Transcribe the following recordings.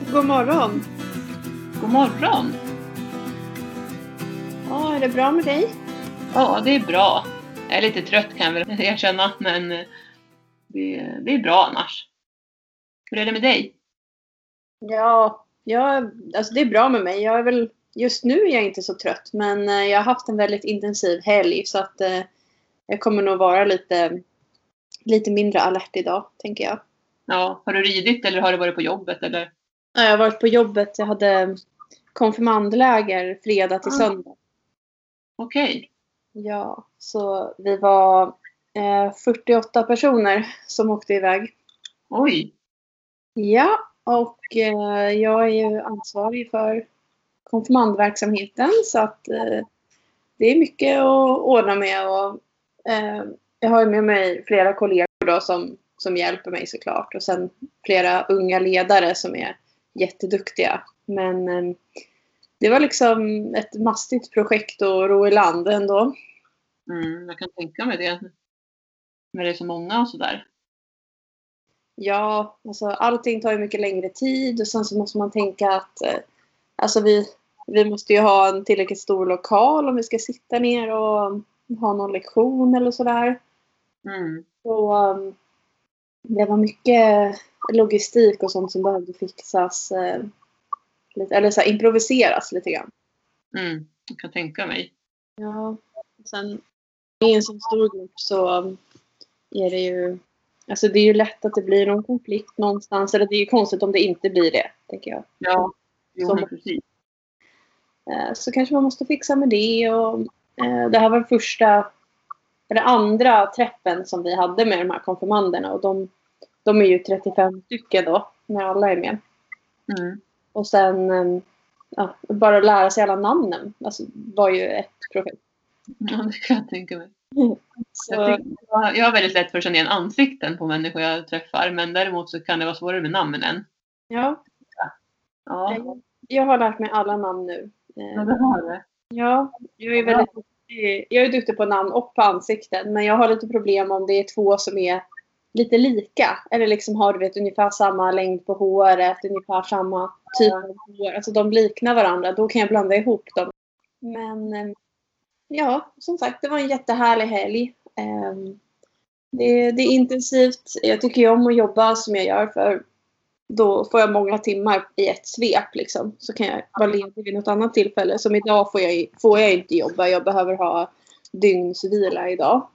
God morgon. God morgon. Ja, är det bra med dig? Ja, det är bra. Jag är lite trött kan jag väl erkänna, men det är bra annars. Hur är det med dig? Ja, alltså det är bra med mig. Just nu är jag inte så trött, men jag har haft en väldigt intensiv helg så att jag kommer nog vara lite mindre alert idag, tänker jag. Ja, har du ridit eller har du varit på jobbet eller? Ja, jag har varit på jobbet. Jag hade konfirmandläger fredag till söndag. Okej. Ja, så vi var 48 personer som åkte iväg. Oj. Ja, och jag är ju ansvarig för konfirmandverksamheten så att det är mycket att ordna med och jag har ju med mig flera kollegor då som hjälper mig såklart och sen flera unga ledare som är jätteduktiga. Men det var liksom ett mastigt projekt att ro i land ändå. Jag kan tänka mig det. När det är så många och sådär. Ja, alltså allting tar ju mycket längre tid och sen så måste man tänka att alltså vi måste ju ha en tillräckligt stor lokal om vi ska sitta ner och ha någon lektion eller sådär. Så det var mycket logistik och sånt som behövde fixas eller så här, improviseras lite grann. Jag kan tänka mig. Ja, sen i en sån stor grupp så är det ju alltså det är ju lätt att det blir någon konflikt någonstans. Eller det är ju konstigt om det inte blir det, tänker jag. Ja, precis. Så kanske man måste fixa med det. Och det här var andra träffen som vi hade med de här konfirmanderna. Och de är ju 35 stycken då, när alla är med. Och sen bara att lära sig alla namnen. Alltså, var ju ett projekt. Ja, det kan jag tänka mig. Så, Jag har väldigt lätt för att känna igen ansikten på människor jag träffar. Men däremot så kan det vara svårare med namnen. Ja. Jag har lärt mig alla namn nu. Ja, det har det. Ja, jag är duktig på namn och på ansikten. Men jag har lite problem om det är två som är lite lika. Eller liksom har ungefär samma längd på håret, ungefär samma typ av hår. Alltså de liknar varandra. Då kan jag blanda ihop dem. Men ja, som sagt, det var en jättehärlig helg. Det är intensivt. Jag tycker ju om att jobba som jag gör för då får jag många timmar i ett svep liksom. Så kan jag vara ledig vid något annat tillfälle. Som idag får jag inte jobba. Jag behöver ha dygnsvila idag.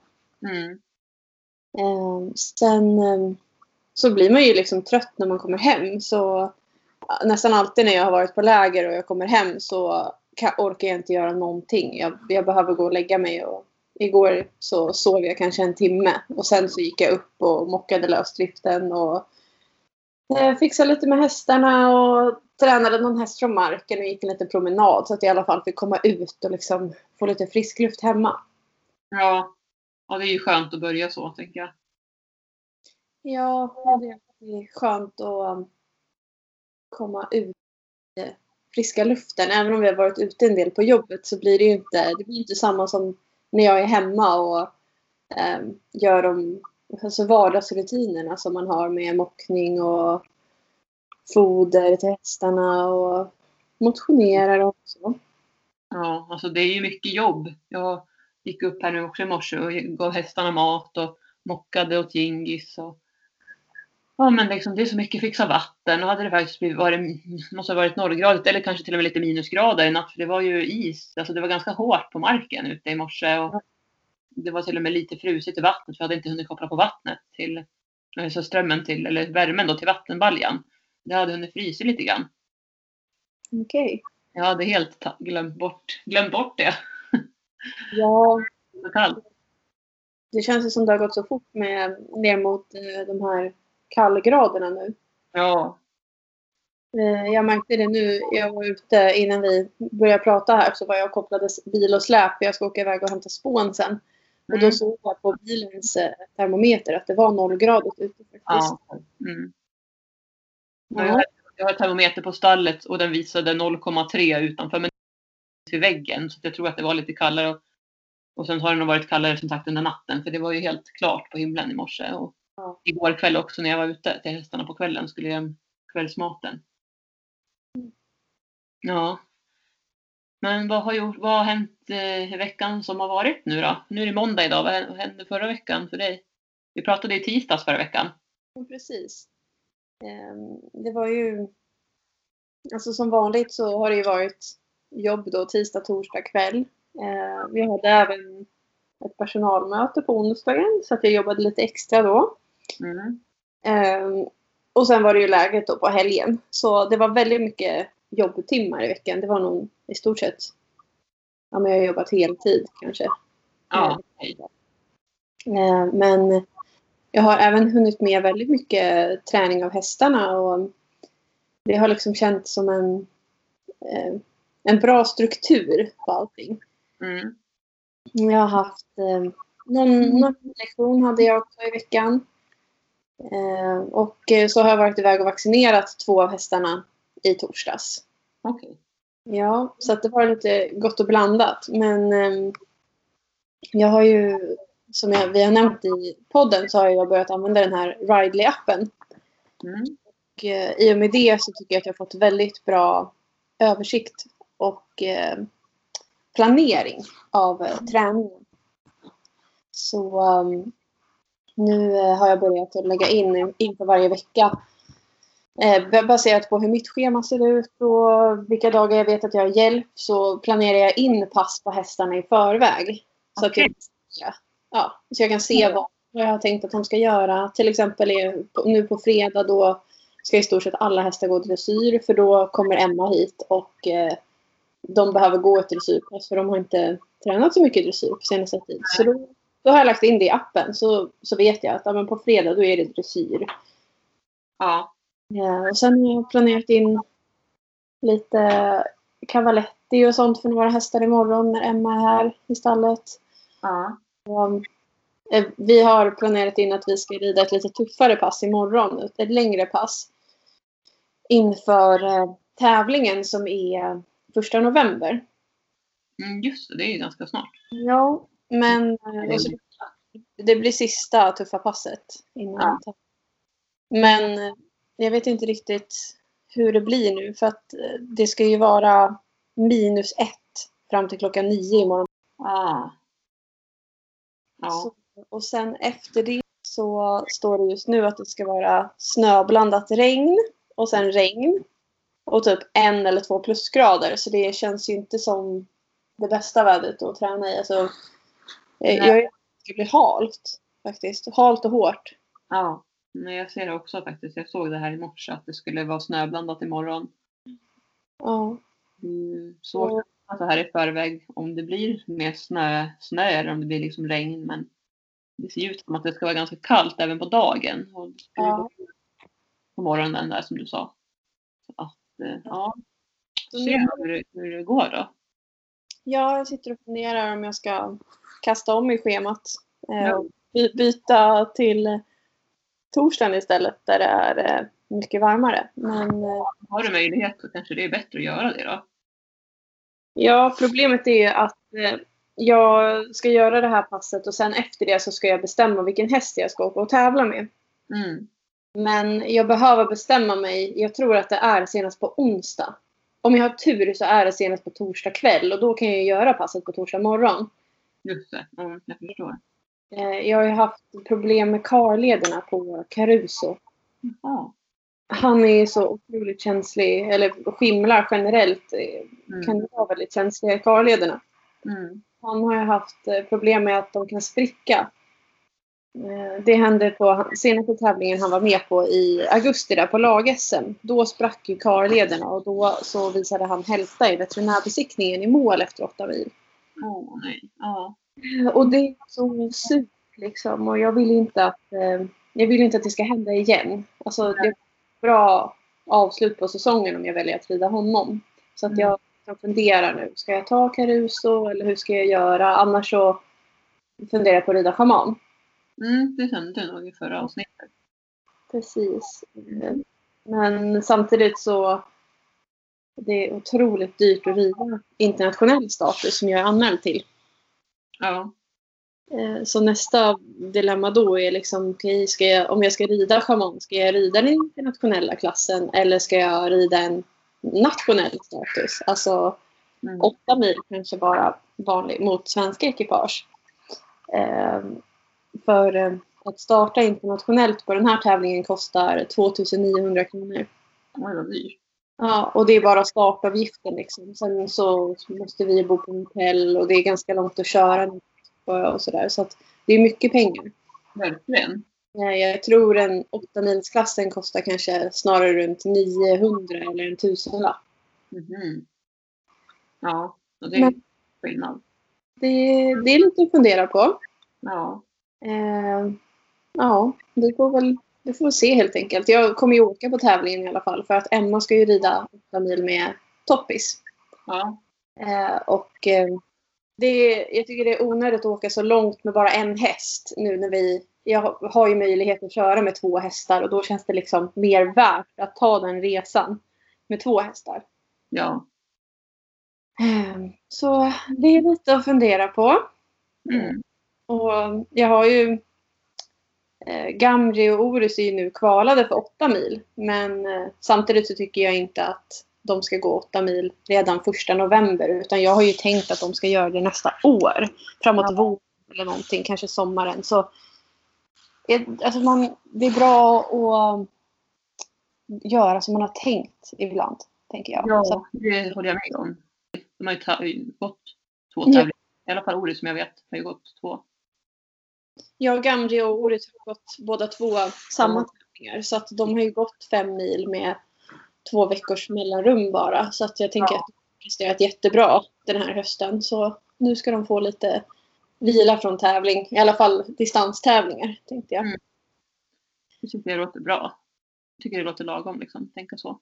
Sen så blir man ju liksom trött när man kommer hem. Så nästan alltid när jag har varit på läger och jag kommer hem så orkar jag inte göra någonting. Jag behöver gå och lägga mig. Och igår så sov jag kanske en timme. Och sen så gick jag upp och mockade lösdriften och fixade lite med hästarna och tränade någon häst från marken och gick en liten promenad så att jag i alla fall fick komma ut och liksom få lite frisk luft hemma. Ja, det är ju skönt att börja så, tänker jag. Ja, det är skönt att komma ut i friska luften. Även om vi har varit ute en del på jobbet så blir det blir inte samma som när jag är hemma och gör alltså vardagsrutinerna som man har med mockning och foder till hästarna och motionerar och så. Ja, alltså det är ju mycket jobb. Jag gick upp här nu också i morse och gav hästarna mat och mockade åt Gingis. Ja, men liksom, det är så mycket fixa vatten. Och hade det faktiskt måste ha varit nollgradigt eller kanske till och med lite minusgrader i natt. För det var ju is. Alltså det var ganska hårt på marken ute i morse. Och det var till och med lite frusit i vattnet. För jag hade inte hunnit koppla på vattnet så strömmen eller värmen då till vattenbaljan. Det hade hunnit frysa lite grann. Okej. Jag hade helt glömt bort det. Ja. Kallt. Det känns ju som det har gått så fort ner mot de här kallgraderna nu. Ja. Jag märkte det nu. Jag var ute innan vi började prata här så var jag kopplade bil och släp. Jag ska åka iväg och hämta spån sen. Och då såg jag på bilens termometer att det var 0-gradigt ute faktiskt. Ja. Jag har termometer på stallet och den visade 0,3 utanför men till väggen. Så jag tror att det var lite kallare. Och sen har det nog varit kallare som sagt under natten. För det var ju helt klart på himlen i morse. Och igår kväll också när jag var ute till hästarna på kvällen skulle jag göra kvällsmaten. Ja. Men vad har hänt i veckan som har varit nu då? Nu är det måndag idag. Vad hände förra veckan för dig? Vi pratade i tisdags förra veckan. Ja, precis. Det var ju, alltså som vanligt så har det ju varit jobb då tisdag, torsdag kväll. Vi hade även ett personalmöte på onsdagen så att jag jobbade lite extra då. Och sen var det ju läget då på helgen. Så det var väldigt mycket jobbtimmar i veckan. Det var nog i stort sett, ja, men jag har jobbat heltid kanske. Ja. Men jag har även hunnit med väldigt mycket träning av hästarna. Och det har liksom känts som en bra struktur på allting. Jag har haft någon lektion hade jag också i veckan. Och så har jag varit iväg och vaccinerat 2 av hästarna i torsdags. Okej. Ja, så att det var lite gott och blandat. Men jag har ju, som vi har nämnt i podden, så har jag börjat använda den här Ridely-appen. Och i och med det så tycker jag att jag har fått väldigt bra översikt och planering av träningen. Så nu har jag börjat att lägga in för varje vecka. Baserat på hur mitt schema ser ut och vilka dagar jag vet att jag har hjälp, så planerar jag in pass på hästarna i förväg. Så att jag kan se vad jag har tänkt att de ska göra. Till exempel nu på fredag då ska i stort sett alla hästar gå dressyr, för då kommer Emma hit och de behöver gå ett dressyrpass för de har inte tränat så mycket dressyr på senaste tid. Så då har jag lagt in det i appen, så vet jag att men på fredag då är det dressyr. Ja. Och sen har jag planerat in lite cavaletti och sånt för några hästar imorgon när Emma är här i stallet. Ja. Vi har planerat in att vi ska rida ett lite tuffare pass imorgon. Ett längre pass. Inför tävlingen som är 1 november. Just det är ju ganska snart. Ja, men det blir sista tuffa passet innan. Ja. Men jag vet inte riktigt hur det blir nu. För att det ska ju vara -1 fram till klockan 9 imorgon. Ja. Så, och sen efter det så står det just nu att det ska vara snöblandat regn. Och sen regn. Och typ 1 eller 2 plusgrader. Så det känns ju inte som det bästa vädret att träna i. Alltså, det blir halt faktiskt. Halt och hårt. Ja, men jag ser det också faktiskt. Jag såg det här i morse att det skulle vara snöblandat imorgon. Ja. Svårt att så här i förväg om det blir mer snö eller om det blir liksom regn. Men det ser ut som att det ska vara ganska kallt även på dagen. Och på morgonen där som du sa. Så att, se hur det går då. Ja, jag sitter och funderar om jag ska kasta om i schemat. Och byta till torsdagen istället där det är mycket varmare. Men har du möjlighet så kanske det är bättre att göra det då. Ja, problemet är att jag ska göra det här passet och sen efter det så ska jag bestämma vilken häst jag ska åka och tävla med. Men jag behöver bestämma mig. Jag tror att det är senast på onsdag. Om jag har tur så är det senast på torsdag kväll. Och då kan jag göra passet på torsdag morgon. Just det, jag förstår. Jag har ju haft problem med karlederna på Caruso. Han är så otroligt känslig. Eller skimlar generellt. Kan vara väldigt känsliga i karlederna. Han har ju haft problem med att de kan spricka. Det hände på senaste tävlingen han var med på i augusti där på lag-SM. Då sprack ju karlederna och då så visade han hälta i veterinärbesiktningen i mål efter 8 mil. Nej. Och det är så surt liksom, och jag vill inte att det ska hända igen. Alltså det är bra avslut på säsongen om jag väljer att rida honom. Så att jag funderar nu, ska jag ta Caruso eller hur ska jag göra? Annars så funderar jag på att rida schaman. Det kände du nog i förra avsnittet. Precis. Men samtidigt så det är otroligt dyrt att rida internationell status som jag är anmäld till. Ja. Så nästa dilemma då är liksom, om jag ska rida schaman, ska jag rida den internationella klassen eller ska jag rida en nationell status. Alltså 8 mil kanske bara vanligt mot svenska ekipage. För att starta internationellt på den här tävlingen kostar 2900 kronor. Oj, vad dyrt. Ja, och det är bara startavgiften liksom. Sen så måste vi bo på en hotell och det är ganska långt att köra och sådär. Så att det är mycket pengar. Verkligen. Jag tror en 8-milsklassen kostar kanske snarare runt 900 eller en 1000-lapp. Ja, och det är skillnad. Det är lite att fundera på. Ja. Ja, vi får se helt enkelt. Jag kommer ju åka på tävlingen i alla fall. För att Emma ska ju rida 8 mil med Toppis. Ja. Jag tycker det är onödigt att åka så långt med bara en häst. Nu när jag har ju möjlighet att köra med 2 hästar. Och då känns det liksom mer värt att ta den resan med 2 hästar. Ja. Så det är lite att fundera på. Och jag har ju Gamri och Orus är ju nu kvalade för 8 mil. Men samtidigt så tycker jag inte att de ska gå 8 mil redan 1 november. Utan jag har ju tänkt att de ska göra det nästa år. Framåt våren eller någonting, kanske sommaren. Så alltså det är bra att göra som man har tänkt ibland, tänker jag. Ja, så. Det håller jag med om. De har ju gått 2 tävlingar. I alla fall Orus som jag vet har ju gått 2. Ja, Gamri och Orus har gått båda 2 samma tävlingar. Så att de har ju gått 5 mil med 2 veckors mellanrum bara. Så att jag tänker att de har presterat jättebra den här hösten. Så nu ska de få lite vila från tävling. I alla fall distanstävlingar, tänkte jag. Jag tycker det låter bra. Jag tycker det låter lagom liksom, tänka så.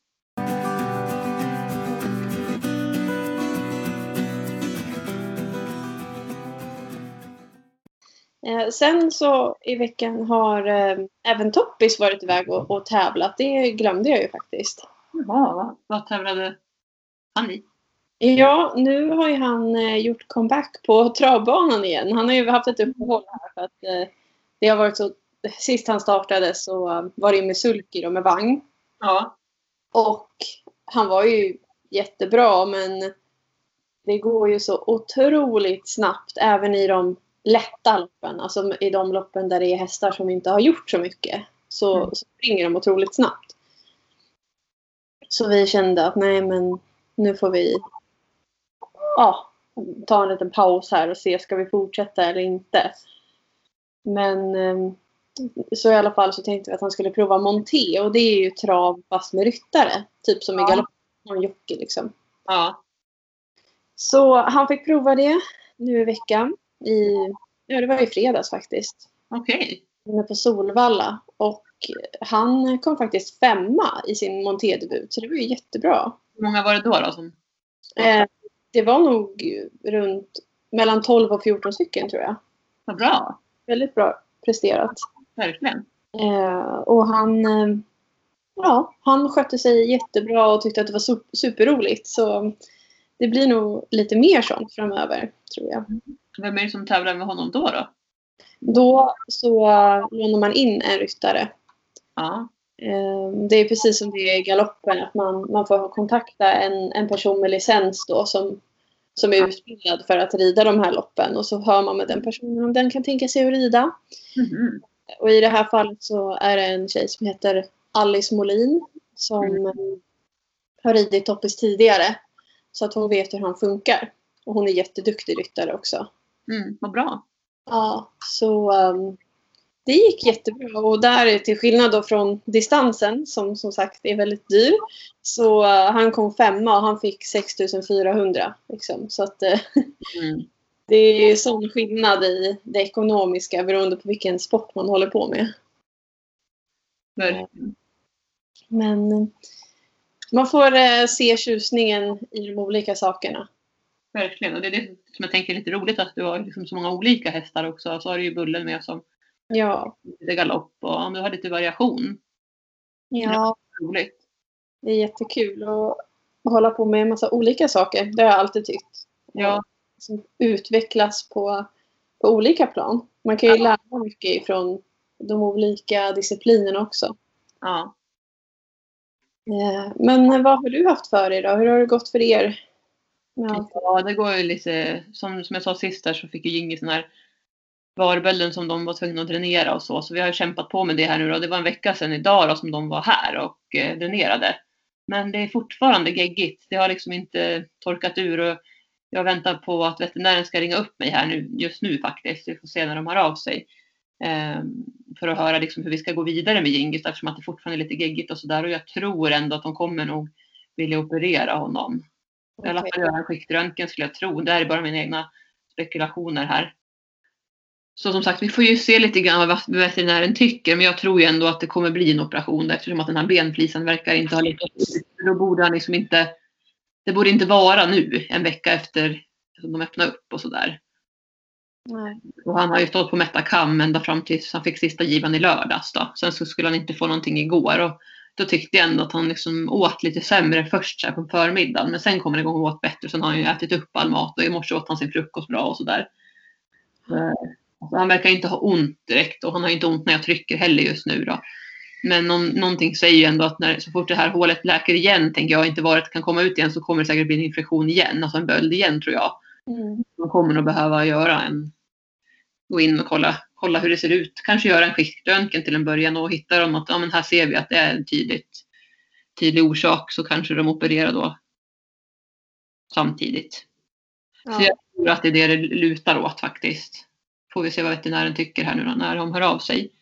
Sen så i veckan har även Toppis varit iväg och tävlat. Det glömde jag ju faktiskt. Ja, vad tävlade han i? Ja, nu har ju han gjort comeback på travbanan igen. Han har ju haft ett uppehåll här för att det har varit så. Sist han startade så var det med sulky och med vagn. Ja. Och han var ju jättebra, men det går ju så otroligt snabbt även i de lätta loppen. Alltså i de loppen där det är hästar som inte har gjort så mycket. Så springer de otroligt snabbt. Så vi kände att nej, men nu får vi ta en liten paus här och se, ska vi fortsätta eller inte. Men så i alla fall så tänkte vi att han skulle prova monté. Och det är ju trav fast med ryttare. Typ som i galopp och en jockey liksom. Ja. Så han fick prova det nu i veckan. Det var i fredags faktiskt. Okej. Han är på Solvalla. Och han kom faktiskt 5 i sin montédebut. Så det var ju jättebra. Hur många var det då som? Det var nog runt mellan 12 och 14 stycken, tror jag. Vad bra. Väldigt bra presterat. Verkligen. Och han skötte sig jättebra och tyckte att det var superroligt. Så det blir nog lite mer sånt framöver, tror jag. Vem är det som tävlar med honom då? Då så lånar man in en ryttare. Ja. Det är precis som det är i galoppen, att man får kontakta en person med licens då som är utbildad för att rida de här loppen. Och så hör man med den personen om den kan tänka sig att rida. Och i det här fallet så är det en tjej som heter Alice Molin som har ridit Toppis tidigare. Så att hon vet hur han funkar. Och hon är jätteduktig ryttare också. Vad bra. Ja, så det gick jättebra. Och där, till skillnad då från distansen, som sagt är väldigt dyr. Så han kom 5 och han fick 6400. Liksom. Så att det är sån skillnad i det ekonomiska beroende på vilken sport man håller på med. Men man får se tjusningen i de olika sakerna. Verkligen, och det är det som jag tänker är lite roligt, att du har liksom så många olika hästar också. Så har du ju Bullen med som lite galopp och du har lite variation. Ja, det är roligt. Det är jättekul att hålla på med en massa olika saker. Det har jag alltid tyckt. Ja. Som utvecklas på olika plan. Man kan ju lära mycket från de olika disciplinerna också. Ja. Men vad har du haft för dig då? Hur har det gått för er? Ja, det går ju lite, som jag sa sist där så fick ju Gingis den här varbölden som de var tvungna att dränera och så vi har ju kämpat på med det här nu då. Det var en vecka sedan idag då, som de var här och dränerade. Men det är fortfarande geggigt. Det har liksom inte torkat ur och jag väntar på att veterinären ska ringa upp mig här nu, just nu faktiskt. Vi får se när de hör av sig. För att höra liksom hur vi ska gå vidare med Gingis eftersom att det fortfarande är lite geggigt och sådär. Och jag tror ändå att de kommer nog vilja operera honom. I alla fall göra en skiktröntgen skulle jag tro. Det här är bara mina egna spekulationer här. Så som sagt, vi får ju se lite grann vad veterinären tycker. Men jag tror ju ändå att det kommer bli en operation eftersom att den här benflisan verkar inte ha lyckats. Då borde han liksom inte, det borde inte vara nu en vecka efter att de öppnar upp och sådär. Nej. Och han har ju stått på Metacam ända fram tills han fick sista givan i lördags då. Sen så skulle han inte få någonting igår och då tyckte jag ändå att han liksom åt lite sämre först så här på förmiddagen. Men sen kommer det igång och åt bättre. Sen har han ju ätit upp all mat och i morse åt han sin frukost bra och sådär. Så han verkar inte ha ont direkt och han har inte ont när jag trycker heller just nu då. Men någonting säger ju ändå att så fort det här hålet läker igen, tänker jag, inte varit kan komma ut igen så kommer det säkert bli en infektion igen. Alltså en böld igen tror jag. De kommer nog behöva gå in och kolla hur det ser ut. Kanske göra en skiktröntgen till en början och hitta dem att men här ser vi att det är en tydlig orsak så kanske de opererar då samtidigt. Ja. Så jag tror att det är det lutar åt faktiskt. Får vi se vad veterinären tycker här nu då, när de hör av sig.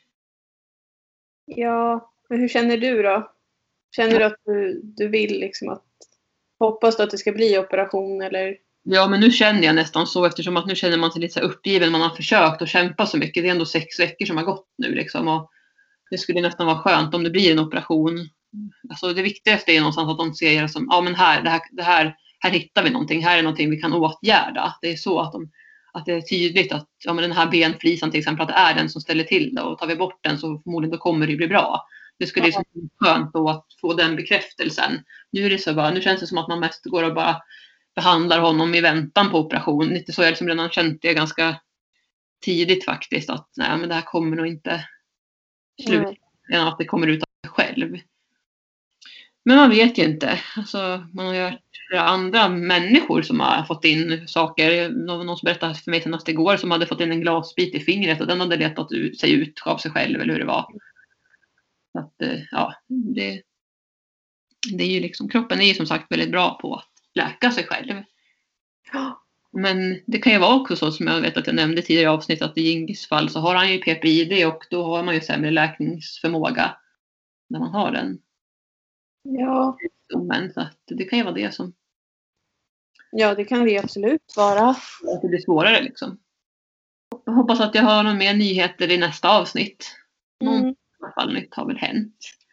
Ja, men hur känner du då? Känner du att du vill liksom att hoppas att det ska bli operation eller? Ja, men nu känner jag nästan så eftersom att nu känner man sig lite så uppgiven. Man har försökt och kämpa så mycket. Det är ändå 6 veckor som har gått nu liksom. Och det skulle nästan vara skönt om det blir en operation. Alltså det viktigaste är någonstans att de ser som, ja men här hittar vi någonting. Här är någonting vi kan åtgärda. Det är så att det är tydligt att ja, men den här benflisan till exempel, att det är den som ställer till det. Och tar vi bort den så förmodligen då kommer det bli bra. Det skulle liksom vara skönt då att få den bekräftelsen. Nu är det så bara, nu känns det som att man mest går och bara behandlar honom i väntan på operation. Lite så jag liksom redan känt det ganska tidigt faktiskt. Att nej, men det här kommer nog inte sluta. Än att det kommer ut av sig själv. Men man vet ju inte. Alltså, man har ju hört flera andra människor som har fått in saker. Någon som berättade för mig senast igår som hade fått in en glasbit i fingret och den hade letat sig ut av sig själv eller hur det var. Så att, ja, det är ju liksom, kroppen är ju som sagt väldigt bra på att läka sig själv. Men det kan ju vara också så som jag vet att jag nämnde tidigare i avsnitt att i Gingis fall så har han ju PPID och då har man ju sämre läkningsförmåga när man har den. Ja. Men så att det kan ju vara det som. Ja, det kan det absolut vara. Att det blir svårare liksom. Jag hoppas att jag har några mer nyheter i nästa avsnitt. I alla fall nytt har väl hänt.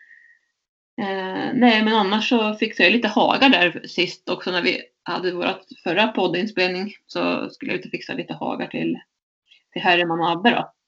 Nej, men annars så fixade jag lite hagar där sist också när vi hade vårt förra poddinspelning. Så skulle jag ut och fixa lite hagar till Herman och Abbe då.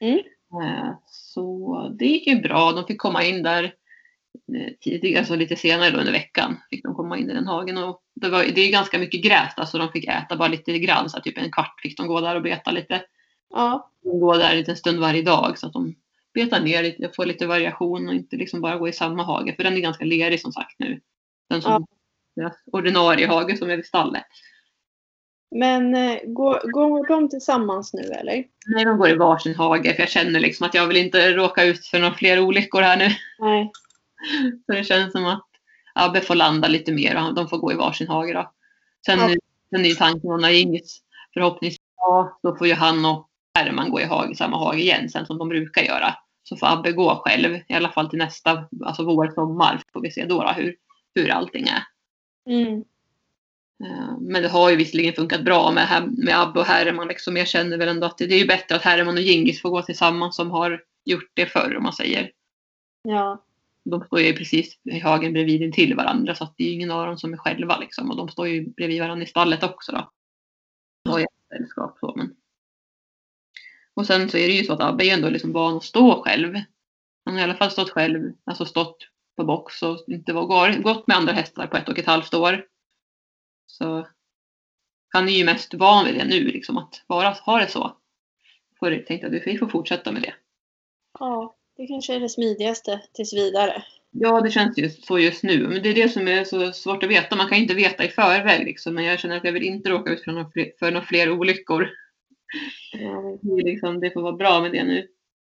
Så det gick ju bra. De fick komma in där tidigare, alltså lite senare då under veckan. Fick de komma in i den hagen. Och det är ganska mycket gräs. Alltså de fick äta bara lite grann. Så typ en kvart fick de gå där och beta lite. Ja. De går där en liten stund varje dag så att de betar ner lite, får lite variation och inte liksom bara gå i samma hage. För den är ganska lerig som sagt nu. Den som deras ordinarie hage som är vid stallet. Men går de tillsammans nu eller? Nej, de går i varsin hage. För jag känner liksom att jag vill inte råka ut för några fler olyckor här nu. Nej. Så det känns som att Abbe får landa lite mer och de får gå i varsin hage då. Sen är ju tanken när Gingis förhoppningsvis då får ju han och Herman gå i samma hage igen sen som de brukar göra. Så får Abbe gå själv i alla fall till nästa, alltså vår, sommar. Får vi se då hur allting är. Men det har ju visserligen funkat bra med Abbe och Herman. Liksom. Jag känner väl ändå att det är ju bättre att Herman och Gingis får gå tillsammans som har gjort det förr om man säger. Ja. De står ju precis i hagen bredvid intill varandra så att det är ju ingen av dem som är själva liksom. Och de står ju bredvid varandra i stallet också då. Och sällskap så men. Och sen så är det ju så att Abbe är ändå liksom van att stå själv. Han har i alla fall stått själv, alltså stått på box och inte gått med andra hästar på 1,5 år. Så han är ju mest van vid det nu liksom att bara ha det så. Jag tänkte att vi får fortsätta med det. Ja, det kanske är det smidigaste tills vidare. Ja, det känns ju så just nu. Men det är det som är så svårt att veta. Man kan inte veta i förväg liksom. Men jag känner att jag vill inte råka ut för några fler olyckor. Ja, Det får vara bra med det nu.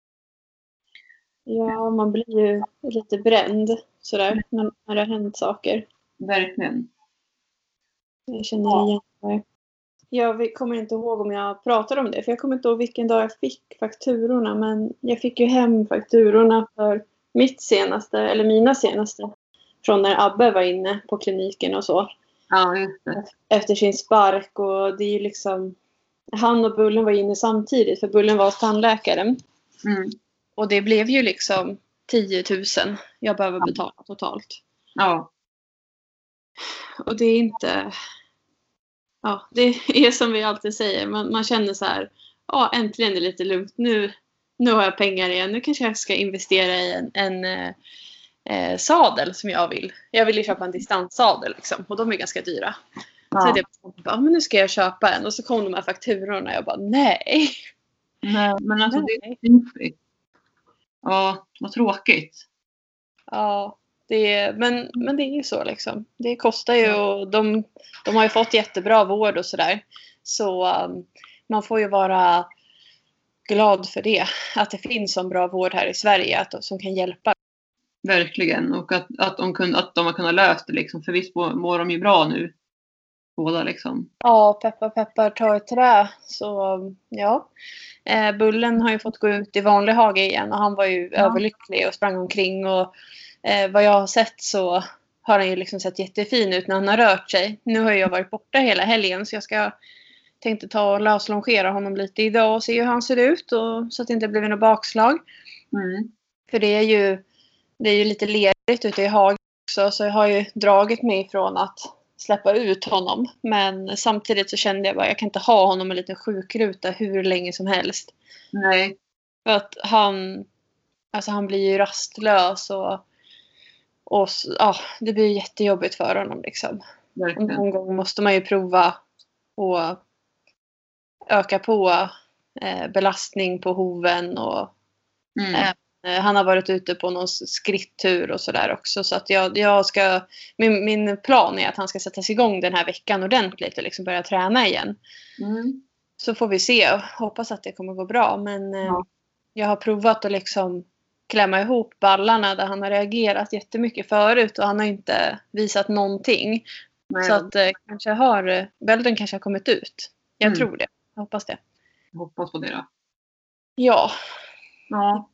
ja, man blir ju lite bränd sådär när det har hänt saker. Verkligen. Jag känner igen det. Jag kommer inte ihåg om jag pratade om det. För jag kommer inte ihåg vilken dag jag fick fakturorna. Men jag fick ju hem fakturorna för mina senaste. Från när Abbe var inne på kliniken och så. Ja, just det. Efter sin spark. Och det är ju liksom... Han och Bullen var inne samtidigt. För Bullen var hos tandläkaren. Mm. Och det blev ju liksom 10 000 jag behöver betala totalt. Ja. Och det är inte... Ja, det är som vi alltid säger. Man känner så här, ja, äntligen är det lite lugnt. Nu har jag pengar igen. Nu kanske jag ska investera i en sadel som jag vill. Jag vill ju köpa en distanssadel liksom. Och de är ganska dyra. Ja. Så jag bara, men nu ska jag köpa en. Och så kom de här fakturorna och jag bara, nej. Nej, men alltså Nej. det är inte. Ja, vad tråkigt. Ja, men det är ju så liksom. Det kostar ju och de har ju fått jättebra vård och sådär. Så man får ju vara glad för det. Att det finns så bra vård här i Sverige som kan hjälpa. Verkligen. Och att de har kunnat lösa det liksom. För visst mår de ju bra nu. Båda liksom. Ja, peppar ta ett trä. Så ja. Bullen har ju fått gå ut i vanlig hage igen. Och han var ju överlycklig och sprang omkring. Och vad jag har sett så har han ju liksom sett jättefin ut när han har rört sig. Nu har jag varit borta hela helgen. Så jag tänkte ta och löslongera honom lite idag. Och se hur han ser ut. Så att det inte blir något bakslag. Mm. För det är ju lite lerigt ute i hagen också. Så jag har ju dragit mig ifrån att släppa ut honom. Men samtidigt så kände jag bara, jag kan inte ha honom en liten sjukruta hur länge som helst. Nej. För att han blir ju rastlös och det blir jättejobbigt för honom liksom. Verkligen. Och någon gång måste man ju prova och öka på belastning på hoven och han har varit ute på någon skrittur och sådär också. Så att jag ska... Min plan är att han ska sättas igång den här veckan ordentligt och liksom börja träna igen. Mm. Så får vi se. Hoppas att det kommer gå bra. Men jag har provat att liksom klämma ihop ballarna där han har reagerat jättemycket förut. Och han har inte visat någonting. Nej. Så att bälten kanske har kommit ut. Jag tror det. Jag hoppas det. Jag hoppas på det då. Ja. Ja.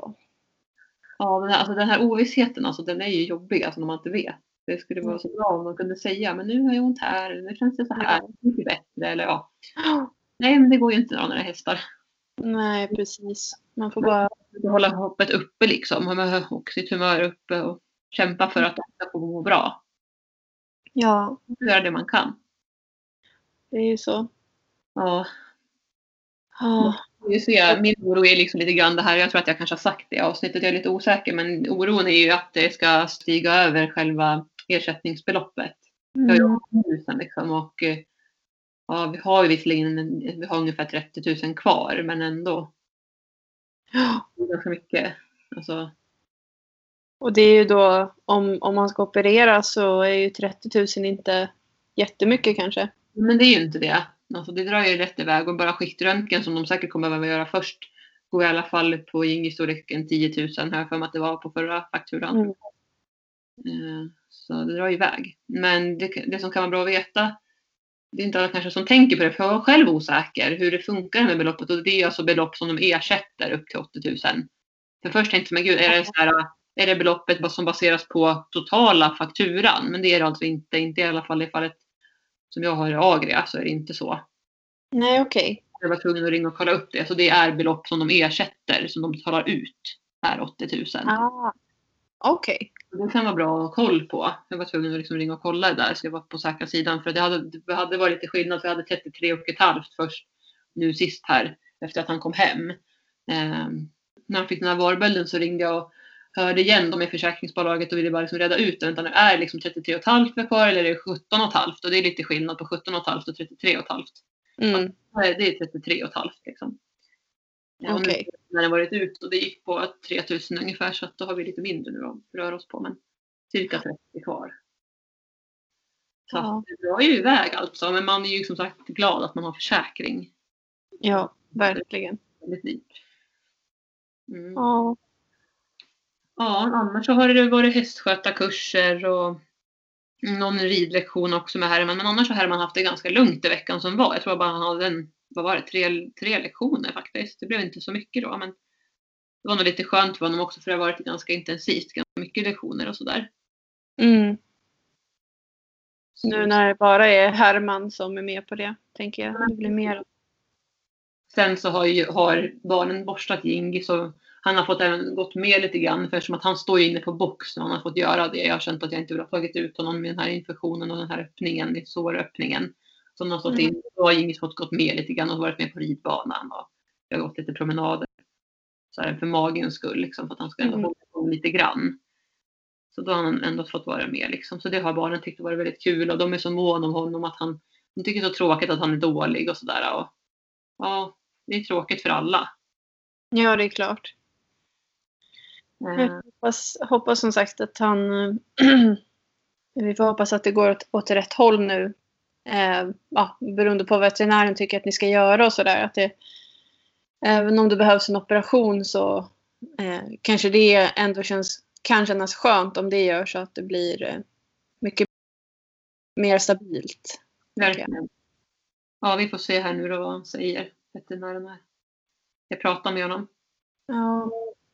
Ja, den här ovissheten, alltså, den är ju jobbig alltså, när man inte vet. Det skulle vara så bra om man kunde säga, men nu har jag ont här, eller nu känns det så här, mycket bättre, eller ja. Nej, men det går ju inte när det är hästar. Nej, precis. Man får bara hålla hoppet uppe liksom, och sitt humör uppe och kämpa för att det ska få må bra. Ja. Göra det man kan. Det är ju så. Ja. Ja. Min oro är liksom lite grann det här, jag tror att jag kanske har sagt det i avsnittet, jag är lite osäker, men oron är ju att det ska stiga över själva ersättningsbeloppet. Jag har ju 10 000 liksom, och ja, vi har ju visserligen vi har ungefär 30 000 kvar, men ändå. Det är ganska mycket. Alltså. Och det är ju då, om man ska operera så är ju 30 000 inte jättemycket kanske. Men det är ju inte det. Alltså det drar ju rätt iväg och bara skiktröntgen som de säkert kommer behöva göra först går i alla fall på storleken 10 000 här för att det var på förra fakturan. Så det drar iväg. Men det som kan vara bra att veta, det är inte alla kanske som tänker på det, för jag var själv osäker hur det funkar med beloppet, och det är alltså belopp som de ersätter upp till 80 000. För först tänkte man, gud, är det beloppet som baseras på totala fakturan? Men det är det alltså inte i alla fall i fallet som jag har i Agria, så är det inte så. Nej, okej. Jag var tvungen att ringa och kolla upp det. Så det är belopp som de ersätter, som de betalar ut, är 80 000. Okej. Det kan vara bra att ha koll på. Jag var tvungen att liksom ringa och kolla det där, så jag var på säkra sidan. För det hade varit lite skillnad, för jag hade 33,5 först nu sist här, efter att han kom hem. När han fick den här varbölden så ringde jag och hörde igen dem i försäkringsbolaget och ville bara liksom reda ut det. Vänta, nu är liksom 33,5 kvar eller är det 17,5? Och det är lite skillnad på 17,5 och 33,5. Det är 33,5 liksom. Ja, och nu Okej. när den varit ut och det gick på 3000 ungefär, så att då har vi lite mindre nu att röra oss på, men cirka 30 kvar. Så att Ja. det drar ju iväg alltså, men man är ju som sagt glad att man har försäkring. Ja, verkligen. Väldigt dyrt. Mm. Ja. Ja, annars så har det varit hästskötarkurser och någon ridlektion också med Herman. Men annars har Herman haft det ganska lugnt i veckan som var. Jag tror bara han hade tre lektioner faktiskt. Det blev inte så mycket då, men det var nog lite skönt för honom också, för det har varit ganska intensivt, ganska mycket lektioner och sådär. Mm. Nu när det bara är Herman som är med på det, tänker jag. Det blir mer. Sen så har barnen borstat Gingis, och han har fått även gått med lite grann, för eftersom att han står inne på box och han har fått göra det. Jag har känt att jag inte vill ha tagit ut honom med den här infektionen och den här öppningen, i såröppningen. Så han har stått in, då har Gingis fått gått med lite grann och varit med på ridbanan, och jag har gått lite promenader så här för magens skull liksom, för att han ska ändå hålla på lite grann. Så då har han ändå fått vara med liksom. Så det har barnen tyckt varit väldigt kul, och de är så måna om honom att de tycker det är så tråkigt att han är dålig och sådär. Och ja, det är tråkigt för alla. Ja, det är klart. Jag hoppas som sagt att han vi får hoppas att det går åt rätt håll nu. Beroende på vad veterinären tycker att ni ska göra och sådär. Att även om det behövs en operation, så kanske det ändå kan kännas skönt om det gör så att det blir mycket mer stabilt. Verkligen. Ja, vi får se här nu då vad han säger, veterinären här. Jag pratar med honom. Ja.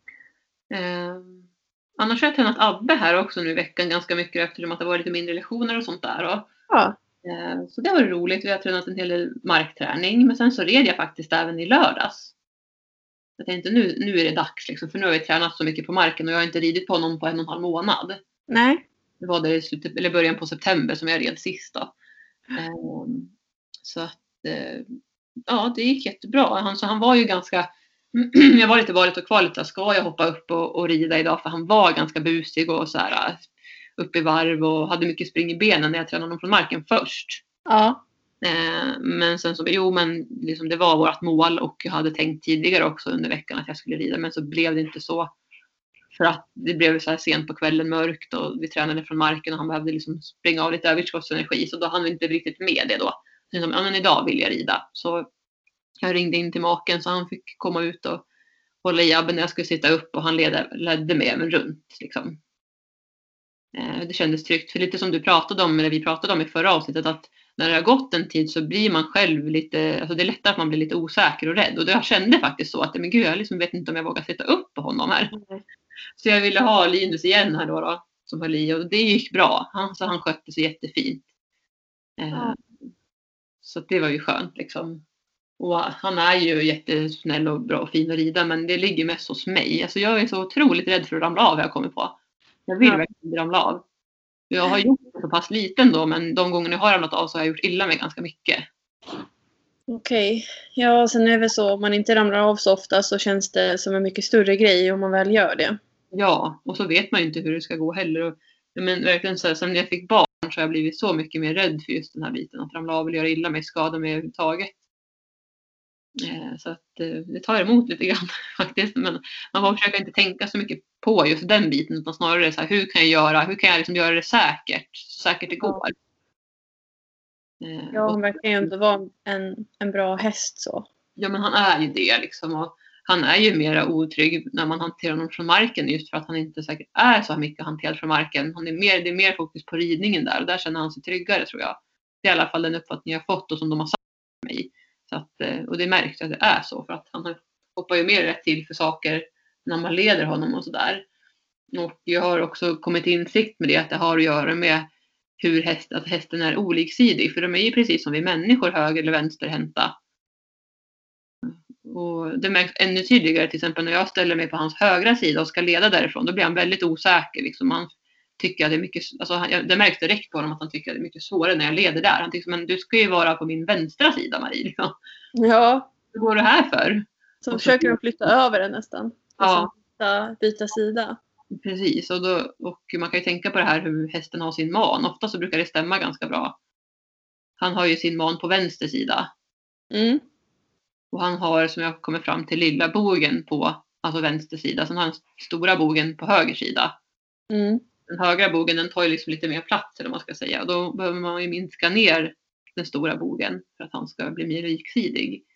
Annars har jag tränat Abbe här också nu i veckan ganska mycket, eftersom att det var lite mindre lektioner och sånt där. Och, Ja. så det var roligt. Vi har tränat en hel del markträning, men sen så red jag faktiskt även i lördags. Jag tänkte nu är det dags liksom, för nu har vi tränat så mycket på marken och jag har inte ridit på honom på 1,5 månad. Nej. Det var det i början på september som jag red sist då. Så att ja, det gick jättebra. Så han var ju ganska jag var lite varit och kvalit, ska jag hoppa upp och rida idag, för han var ganska busig och så här upp i varv och hade mycket spring i benen när jag tränade honom från marken först. Ja. Men sen så, men liksom det var vårt mål, och jag hade tänkt tidigare också under veckan att jag skulle rida, men så blev det inte så. För att det blev så här sent på kvällen, mörkt, och vi tränade från marken och han behövde liksom springa av lite överskottsenergi, så då hann vi inte riktigt med det då. Så ja, men idag vill jag rida. Så jag ringde in till maken så han fick komma ut och hålla i Abbe när jag skulle sitta upp, och han ledde med men runt liksom. Det kändes tryggt, för lite som vi pratade om i förra avsnittet, att när det har gått en tid så blir man själv lite, alltså det är lättare att man blir lite osäker och rädd, och jag kände faktiskt så att men gud, jag liksom vet inte om jag vågar sitta upp på honom här. Så jag ville ha Linus igen här då som höll i, och det gick bra. Han skötte sig jättefint. Så det var ju skönt liksom. Och han är ju jättesnäll och bra och fin att rida, men det ligger mest hos mig. Alltså jag är så otroligt rädd för att ramla av, jag kommer på. Jag vill verkligen inte ramla av. Jag har gjort det så pass liten då, men de gånger jag har ramlat av så har jag gjort illa mig ganska mycket. Okej. Ja, sen är det väl så, om man inte ramlar av så ofta så känns det som en mycket större grej om man väl gör det. Ja, och så vet man ju inte hur det ska gå heller. Men verkligen så här, sen när jag fick barn så har jag blivit så mycket mer rädd för just den här biten. Att ramla av eller göra illa mig, skada mig överhuvudtaget. Så att det tar emot lite grann faktiskt. Men man får försöka inte tänka så mycket på just den biten. Utan snarare så här, hur kan jag liksom göra det säkert? Så säkert det går. Ja, han verkar ju inte vara en bra häst så. Ja, men han är ju det liksom. Och han är ju mera otrygg när man hanterar honom från marken, just för att han inte säkert är så mycket hanterad från marken. Det är mer fokus på ridningen där, och där känner han sig tryggare, tror jag. Det är i alla fall den uppfattning jag har fått och som de har sagt till mig. Så att, och det märks att det är så, för att han hoppar ju mer rätt till för saker när man leder honom och sådär. Och jag har också kommit till insikt med det, att det har att göra med att hästen är oliksidig, för de är ju precis som vi människor, höger- eller vänsterhänta. Och det märks ännu tydligare till exempel när jag ställer mig på hans högra sida och ska leda därifrån. Då blir han väldigt osäker. Liksom. Han tycker att det är mycket, alltså det märks direkt på honom att han tycker att det är mycket svårare när jag leder där. Han tycker, men du ska ju vara på min vänstra sida, Marie. Liksom. Ja. Vad går det här för? Så försöker de flytta över det nästan. Ja. Byta sida. Precis, och man kan ju tänka på det här hur hästen har sin man. Ofta så brukar det stämma ganska bra. Han har ju sin man på vänster sida. Mm. Och han har, som jag kommer fram till, lilla bogen på alltså vänster sida. Sen har han stora bogen på höger sida. Mm. Den högra bogen, den tar ju liksom lite mer plats, eller vad man ska säga. Och då behöver man ju minska ner den stora bogen för att han ska bli mer liksidig.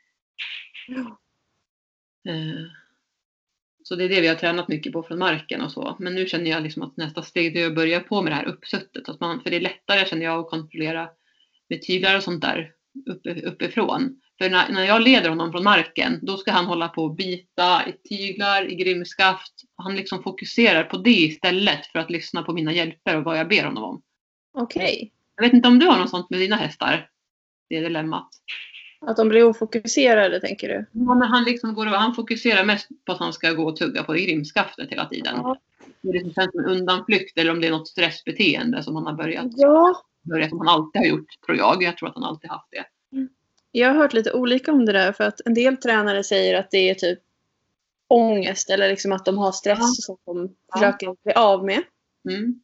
Så det är det vi har tränat mycket på från marken och så. Men nu känner jag liksom att nästa steg är att börja på med det här uppsuttet. För det är lättare, känner jag, att kontrollera med tyglar och sånt där uppifrån. För när jag leder honom från marken, då ska han hålla på och bita i tyglar, i grimskaft. Han liksom fokuserar på det istället för att lyssna på mina hjälper och vad jag ber honom om. Okej. Jag vet inte om du har något sånt med dina hästar. Det är dilemmat. Att de blir ofokuserade, tänker du? Ja, men han fokuserar mest på att han ska gå och tugga på grimskaftet hela tiden. Ja. Det känns som en undanflykt, eller om det är något stressbeteende som han har börjat som han alltid har gjort, tror jag. Jag tror att han alltid haft det. Jag har hört lite olika om det där, för att en del tränare säger att det är typ ångest eller liksom att de har stress som de försöker bli av med. Mm.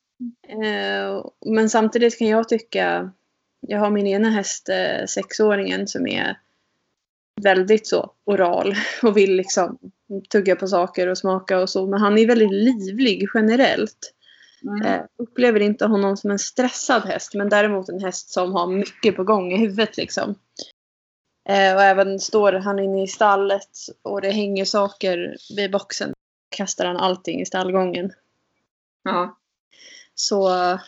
Men samtidigt kan jag tycka, jag har min ena häst, 6-åringen, som är väldigt så oral och vill liksom tugga på saker och smaka och så, men han är väldigt livlig generellt. Upplever inte honom som en stressad häst, men däremot en häst som har mycket på gång i huvudet liksom. Och även står han inne i stallet och det hänger saker vid boxen, kastar han allting i stallgången. Ja. Så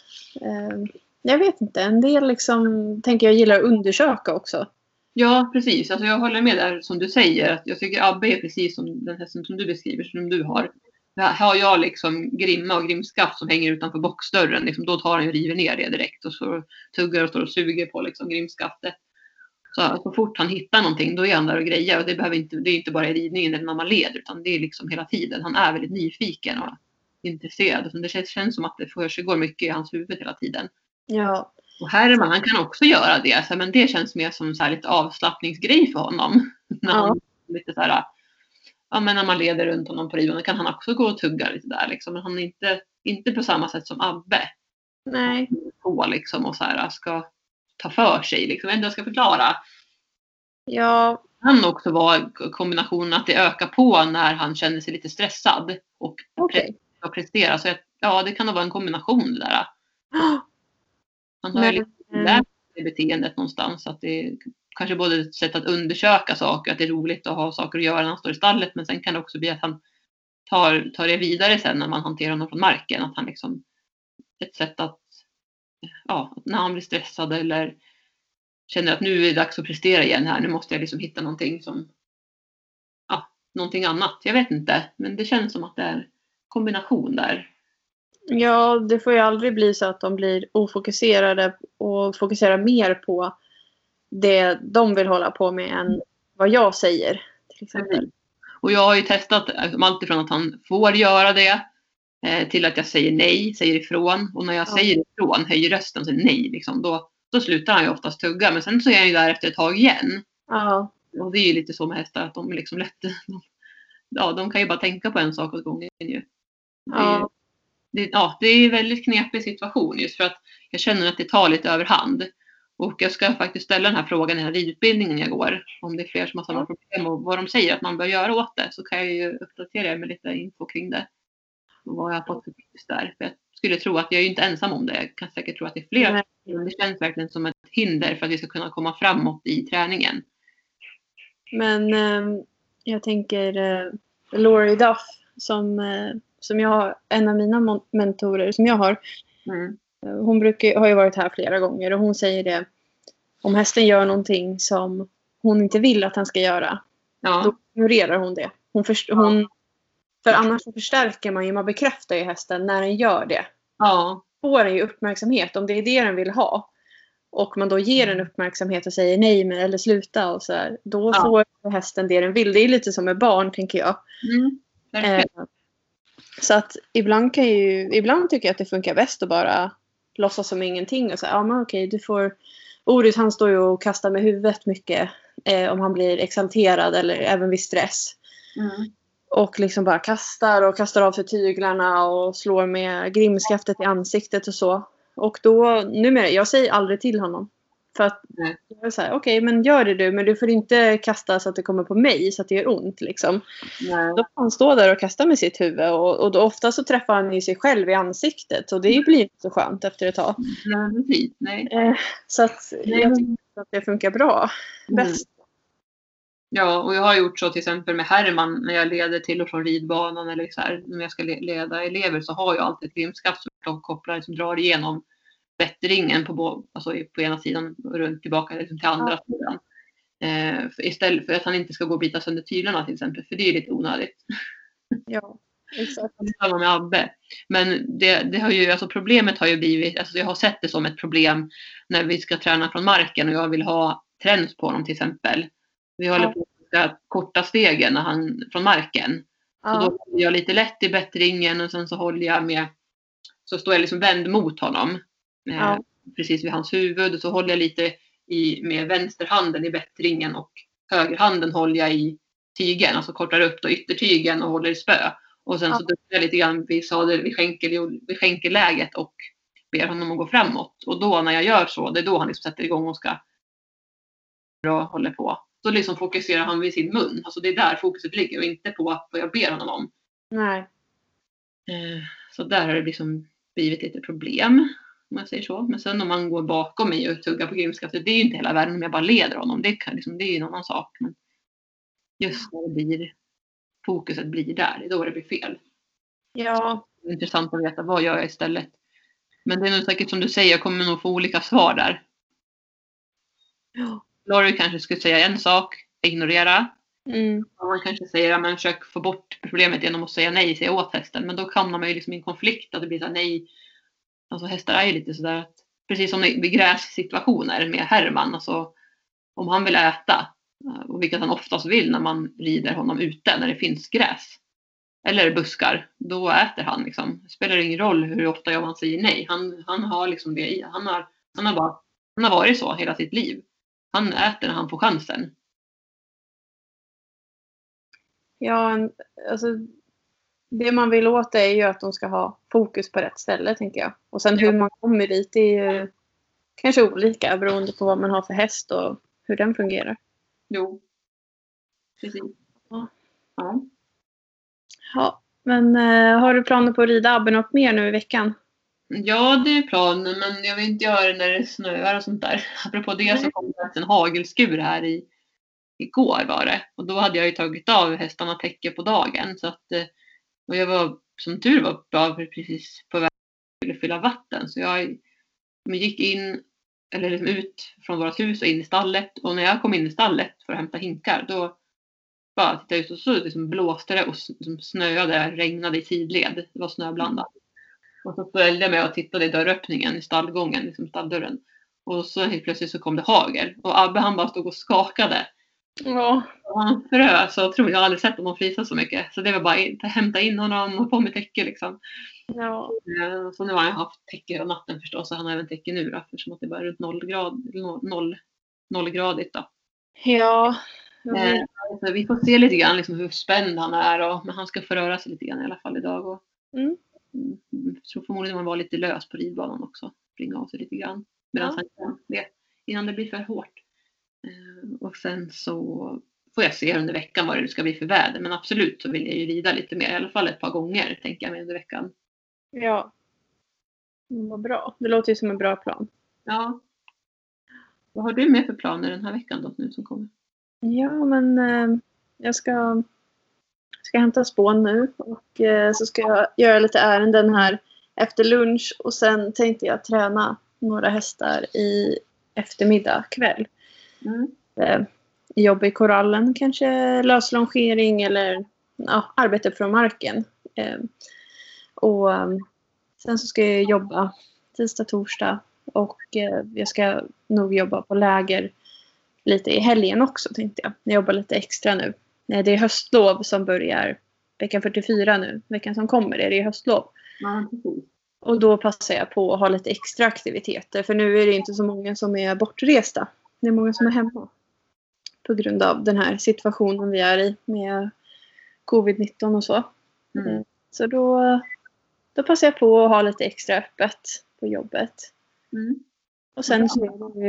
jag vet inte, en del liksom tänker jag gillar att undersöka också. Ja, precis. Alltså jag håller med där som du säger. Att jag tycker Abbe är precis som den hästen som du beskriver, som du har. Här har jag liksom grimma och grimskaft som hänger utanför boxdörren. Liksom, då tar han och river ner det direkt och så tuggar och står och suger på liksom grimskaftet. Så fort han hittar någonting, då är han där och grejer. Och det är inte bara i ridningen eller när man leder, utan det är liksom hela tiden. Han är väldigt nyfiken och intresserad. Så det känns som att det försiggår mycket i hans huvud hela tiden. Ja. Och Herman, han kan också göra det. Men det känns mer som så här lite avslappningsgrej för honom. Lite så här, ja, men när man leder runt honom på ridbanan kan han också gå och tugga lite där. Liksom. Men han är inte på samma sätt som Abbe. Nej. På liksom och så här ska ta för sig. Liksom. Jag ska förklara. Ja. Han också var kombinationen att det ökar på när han känner sig lite stressad. Och prestera. Så det kan nog vara en kombination det där. Han har ju lärt sig beteendet någonstans. Att det är kanske både ett sätt att undersöka saker. Att det är roligt att ha saker att göra när han står i stallet. Men sen kan det också bli att han tar det vidare sen när man hanterar honom från marken. Att han liksom ett sätt att när han blir stressad eller känner att nu är det dags att prestera igen här. Nu måste jag liksom hitta någonting som någonting annat. Jag vet inte. Men det känns som att det är en kombination där. Ja, det får ju aldrig bli så att de blir ofokuserade och fokuserar mer på det de vill hålla på med än vad jag säger, till exempel. Och jag har ju testat allt ifrån att han får göra det till att jag säger nej, säger ifrån. Och när jag säger ifrån, höjer rösten och säger nej, liksom, då slutar han ju oftast tugga. Men sen så är han ju där efter ett tag igen. Ja. Och det är ju lite så med hästar att de liksom lätt... de kan ju bara tänka på en sak åt gången ju. Det är en väldigt knepig situation just för att jag känner att det tar lite överhand. Och jag ska faktiskt ställa den här frågan i den här ridutbildningen jag går. Om det är fler som har samma problem och vad de säger att man bör göra åt det, så kan jag ju uppdatera er med lite info kring det. Och vad jag har fått för tips där. För jag skulle tro att jag är inte ensam om det. Jag kan säkert tro att det är fler. Men det känns verkligen som ett hinder för att vi ska kunna komma framåt i träningen. Men jag tänker Laurie Duff som jag har, en av mina mentorer som jag har. Hon har ju varit här flera gånger och hon säger det. Om hästen gör någonting som hon inte vill att han ska göra. Då ignorerar hon det. För annars så förstärker man bekräftar ju hästen när den gör det. Får den ju uppmärksamhet om det är det den vill ha. Och man då ger den uppmärksamhet och säger nej eller sluta och så här. Då får hästen det den vill. Det är lite som med barn, tänker jag. Så att ibland tycker jag att det funkar bäst att bara låtsas som ingenting och säga, men okej, du får... Oris, han står ju och kastar med huvudet mycket om han blir exalterad eller även vid stress. Och liksom bara kastar av sig tyglarna och slår med grimskaftet i ansiktet och så. Och då, numera, jag säger aldrig till honom. För att jag är så här, okej, men gör det du. Men du får inte kasta så att det kommer på mig så att det gör ont liksom. Nej. Då får han stå där och kasta med sitt huvud. Och då ofta så träffar han ju sig själv i ansiktet. Och det blir inte så skönt efter ett tag. Nej, precis. Nej. Så att jag tycker att det funkar bra. Bäst. Ja, och jag har gjort så till exempel med Herman när jag leder till och från ridbanan eller så här, när jag ska leda elever så har jag alltid ett grimskaft som kopplar som drar igenom bättringen på ena sidan och runt tillbaka liksom till andra sidan. Istället för att han inte ska gå och bita sönder tyglarna till exempel, för det är lite onödigt. Ja, exakt. Samma med Abbe. Men det har ju, alltså problemet har ju blivit, alltså jag har sett det som ett problem när vi ska träna från marken och jag vill ha träns på honom till exempel. Vi håller på att korta stegen när han från marken. Så då håller jag lite lätt i bättringen och sen så håller jag med, så står jag liksom vänd mot honom. Precis vid hans huvud och så håller jag lite med vänsterhanden i bättringen och högerhanden håller jag i tygen, alltså kortar upp då yttertygen och håller i spö. Och sen så duckar jag lite grann vid skänkelläget och ber honom att gå framåt. Och då när jag gör så, det är då han liksom sätter igång och ska bra håller på. Då liksom fokuserar han vid sin mun. Alltså det är där fokuset ligger och inte på vad jag ber honom om. Nej. Så där har det liksom blivit lite problem. Om jag säger så. Men sen om man går bakom mig och tuggar på grimskaftet, det är ju inte hela världen om jag bara leder honom. Det är ju en annan sak. Men just när fokuset blir där, det är då det blir fel. Ja. Det är intressant att veta vad gör jag istället. Men det är nog säkert som du säger, jag kommer nog få olika svar där. Ja. Laurie kanske skulle säga en sak, ignorera. Och man kanske säger, men försök få bort problemet genom att säga nej, säga åt hästen. Men då hamnar man ju liksom i en konflikt, att det blir så här, nej. Alltså hästar är ju lite sådär, precis som vid grässituationer med Herman. Alltså om han vill äta, och vilket han oftast vill när man rider honom ute, när det finns gräs. Eller buskar, då äter han liksom. Det spelar ingen roll hur ofta man säger nej. Han har liksom det i. Han har varit så hela sitt liv. Han äter när han får chansen. Ja, alltså det man vill åt är ju att de ska ha fokus på rätt ställe, tänker jag. Och sen hur man kommer dit, det är ju kanske olika beroende på vad man har för häst och hur den fungerar. Jo, precis. Ja, men har du planer på att rida Abbe något mer nu i veckan? Ja, det är planen, men jag vill inte göra det när det snöar och sånt där. Apropå det så kom det en hagelskur här igår var det. Och då hade jag ju tagit av hästarna täcke på dagen. Så att, och jag var, som tur var, precis på väg att fylla vatten. Så jag gick in, eller liksom ut från vårt hus och in i stallet. Och när jag kom in i stallet för att hämta hinkar, då bara tittade jag ut och så liksom blåste det och liksom snöade, regnade i sidled. Det var snöblandat. Och så följde jag med och tittade i dörröppningen i stallgången, liksom stalldörren. Och så helt plötsligt så kom det hagel. Och Abbe han bara stod och skakade. Ja. Och han frös, så jag aldrig sett honom frysa så mycket. Så det var bara att hämta in honom och på med täcke liksom. Ja. Så nu har han haft täcke hela natten förstås. Så han har även täcke nu då, eftersom att det bara är runt 0-gradigt då. Ja. Så vi får se lite grann liksom hur spänd han är. Men han ska få röra sig lite grann i alla fall idag. Och jag tror förmodligen man var lite lös på ridbanan också. Springa av sig lite grann. Medan han kan det innan det blir för hårt. Och sen så får jag se under veckan vad det ska bli för väder. Men absolut så vill jag ju rida lite mer. I alla fall ett par gånger tänker jag mig under veckan. Ja. Vad bra. Det låter ju som en bra plan. Ja. Vad har du med för planer den här veckan då nu som kommer? Ja, men jag ska hämta spån nu. Och så ska jag göra lite ärenden här efter lunch. Och sen tänkte jag träna några hästar i eftermiddag kväll. Jobba i korallen, kanske löslongering eller arbete från marken. Och sen så ska jag jobba tisdag, torsdag och jag ska nog jobba på läger lite i helgen också, tänkte jag. Jag jobbar lite extra nu. Det är höstlov som börjar veckan 44 nu. Veckan som kommer är det höstlov. Och då passar jag på att ha lite extra aktiviteter. För nu är det inte så många som är bortresta. Det är många som är hemma. På grund av den här situationen vi är i med covid-19 och så. Så då passar jag på att ha lite extra öppet på jobbet. Och sen så är det ju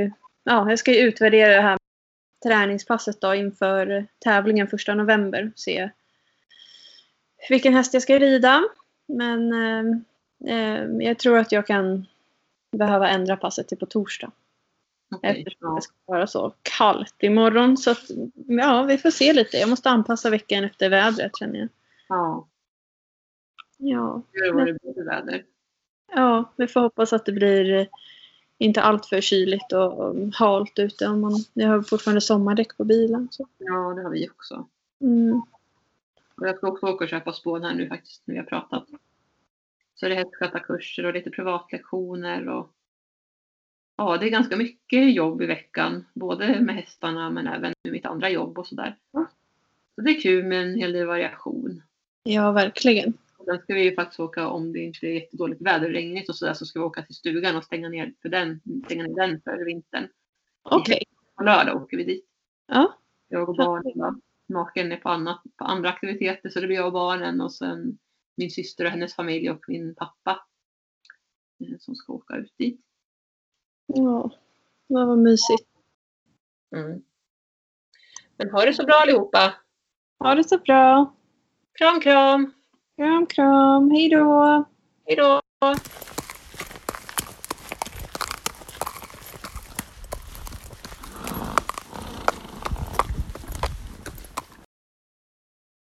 jag ska ju utvärdera det här träningspasset då inför tävlingen 1 november. Se vilken häst jag ska rida. Men jag tror att jag kan behöva ändra passet till på torsdag. Okej, Eftersom det ska vara så kallt imorgon. Så att, vi får se lite. Jag måste anpassa veckan efter vädret, känner jag. Ja. Ja. Hur var det blir väder? Ja, vi får hoppas att det blir inte allt för kyligt och halt ute. Jag har fortfarande sommardäck på bilen. Så. Ja, det har vi också. Mm. Och jag ska också åka och köpa spån här nu faktiskt, när vi har pratat. Så det är hästskötarkurser och lite privatlektioner och ja, det är ganska mycket jobb i veckan. Både med hästarna men även med mitt andra jobb och sådär. Så det är kul med en hel del variation. Ja, verkligen. Och sen ska vi ju faktiskt åka, om det inte är jättedåligt väder, regnigt och sådär, så ska vi åka till stugan och stänga ner den för vintern. Okej. På lördag åker vi dit. Ja. Jag och barnen. Maken är på andra aktiviteter, så det blir jag och barnen och sen min syster och hennes familj och min pappa som ska åka ut dit. Ja, det var mysigt. Mm. Men ha det så bra allihopa. Ha det så bra. Kram, kram. Kram, kram. Hej då. Hej då.